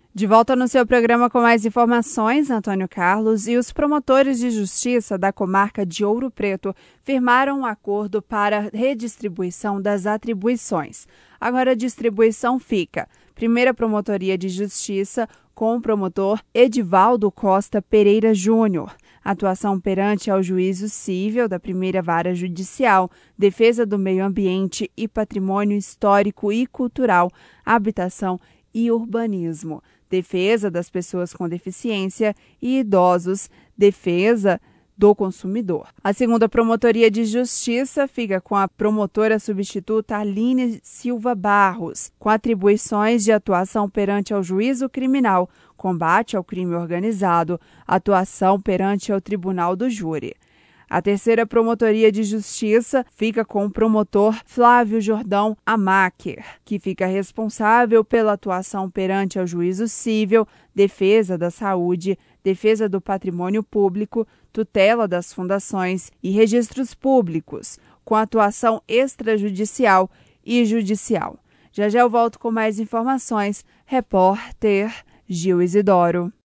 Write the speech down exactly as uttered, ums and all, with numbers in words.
De volta no seu programa com mais informações, Antônio Carlos e os promotores de justiça da comarca de Ouro Preto firmaram um acordo para redistribuição das atribuições. Agora a distribuição fica: Primeira Promotoria de Justiça com o promotor Edivaldo Costa Pereira Júnior, atuação perante ao Juízo Cível da Primeira Vara Judicial, Defesa do Meio Ambiente e Patrimônio Histórico e Cultural, Habitação e Urbanismo, Defesa das Pessoas com Deficiência e Idosos, Defesa do Consumidor. A segunda Promotoria de Justiça fica com a promotora substituta Aline Silva Barros, com atribuições de atuação perante ao Juízo Criminal, combate ao crime organizado, atuação perante ao Tribunal do Júri. A terceira Promotoria de Justiça fica com o promotor Flávio Jordão Amacher, que fica responsável pela atuação perante ao Juízo Cível, Defesa da Saúde, Defesa do Patrimônio Público, Tutela das Fundações e Registros Públicos, com atuação extrajudicial e judicial. Já já eu volto com mais informações. Repórter Gil Isidoro.